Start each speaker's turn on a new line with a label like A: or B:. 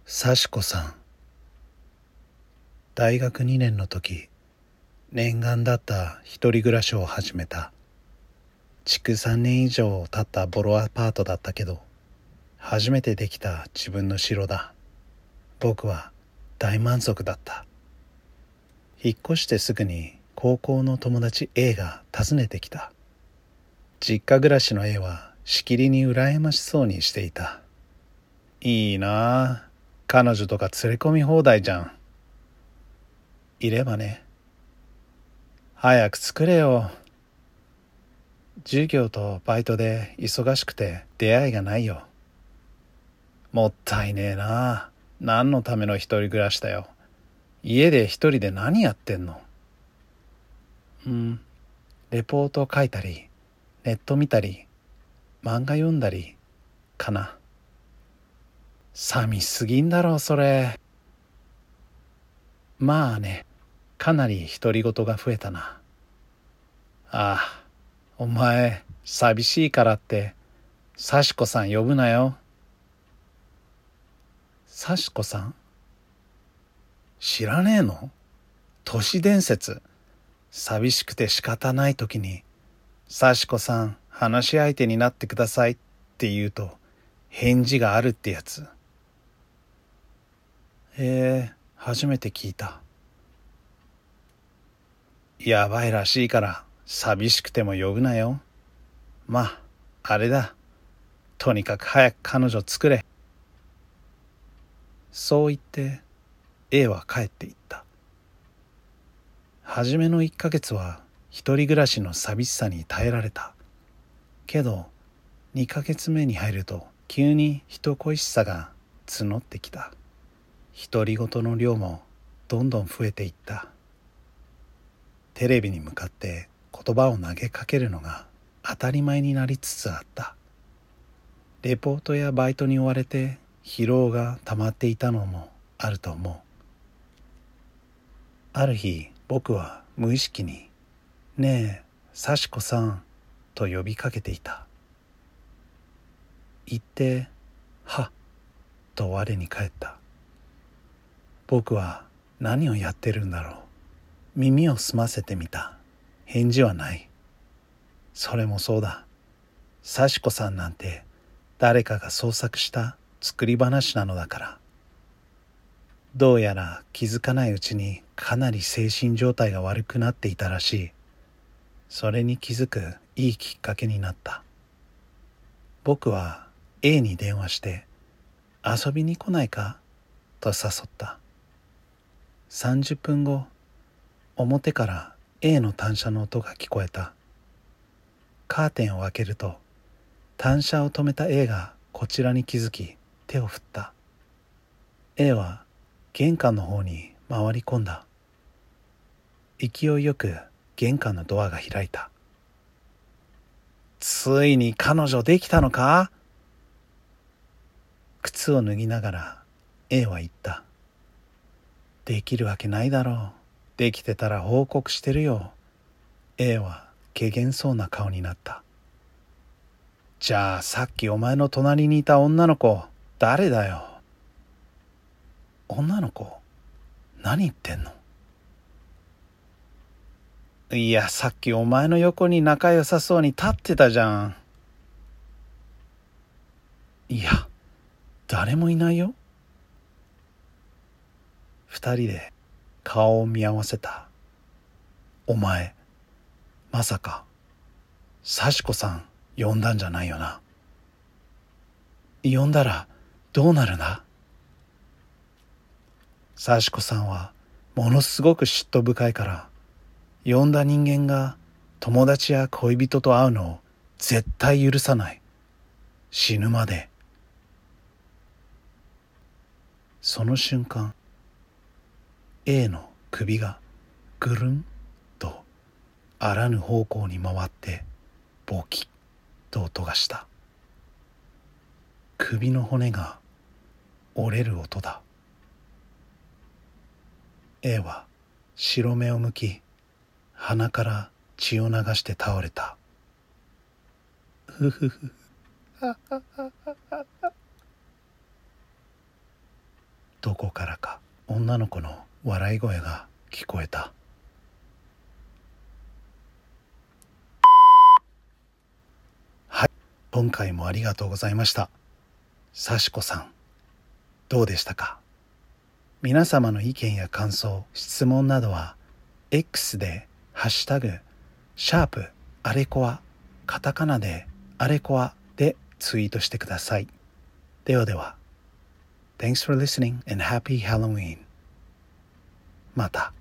A: 幸子さん、大学2年の時、念願だった一人暮らしを始めた。築3年以上経ったボロアパートだったけど、初めてできた自分の城だ。僕は大満足だった。引っ越してすぐに高校の友達 A が訪ねてきた。実家暮らしの A はしきりに羨ましそうにしていた。いいなあ、彼女とか連れ込み放題じゃん。いればね。早く作れよ。授業とバイトで忙しくて出会いがないよ。もったいねえな。何のための一人暮らしだよ。家で一人で何やってんの？レポート書いたり、ネット見たり、漫画読んだりかな。寂しすぎんだろそれ。まあね、かなり独り言が増えたな。ああ、お前寂しいからって幸子さん呼ぶなよ。幸子さん？知らねえの？都市伝説。寂しくて仕方ない時に幸子さん話し相手になってくださいって言うと返事があるってやつ。初めて聞いた。やばいらしいから寂しくても呼ぶなよ。まああれだ、とにかく早く彼女作れ。そう言って A は帰っていった。初めの1ヶ月は一人暮らしの寂しさに耐えられた。けど2ヶ月目に入ると急に人恋しさが募ってきた。独り言の量もどんどん増えていった。テレビに向かって言葉を投げかけるのが当たり前になりつつあった。レポートやバイトに追われて疲労が溜まっていたのもあると思う。ある日僕は無意識にねえ幸子さんと呼びかけていた。言ってはっと我に返った。僕は何をやってるんだろう。耳を澄ませてみた。返事はない。それもそうだ。幸子さんなんて誰かが創作した作り話なのだから。どうやら気づかないうちにかなり精神状態が悪くなっていたらしい。それに気づくいいきっかけになった。僕は A に電話して遊びに来ないかと誘った。30分後、表から A の単車の音が聞こえた。カーテンを開けると単車を止めた A がこちらに気づき手を振った。 A は玄関の方に回り込んだ。勢いよく玄関のドアが開いた。ついに彼女できたのか？靴を脱ぎながら A は言った。できるわけないだろう。できてたら報告してるよ。 A は怪げそうな顔になった。じゃあさっきお前の隣にいた女の子誰だよ？女の子？何言ってんの？いや、さっきお前の横に仲良さそうに立ってたじゃん。いや、誰もいないよ。二人で顔を見合わせた。お前、まさか幸子さん呼んだんじゃないよな？呼んだらどうなるんだ？幸子さんはものすごく嫉妬深いから、呼んだ人間が友達や恋人と会うのを絶対許さない。死ぬまで。その瞬間、A の首がぐるんとあらぬ方向に回ってボキッと音がした。首の骨が折れる音だ。A は白目を向き、鼻から血を流して倒れた。ふふふ。 どこからか女の子の笑い声が聞こえた。はい、今回もありがとうございました。さしこさん、どうでしたか？皆様の意見や感想、質問などは X でハッシュタグあれこわ、カタカナであれこわでツイートしてください。ではでは。Thanks for listening and happy Halloween. また。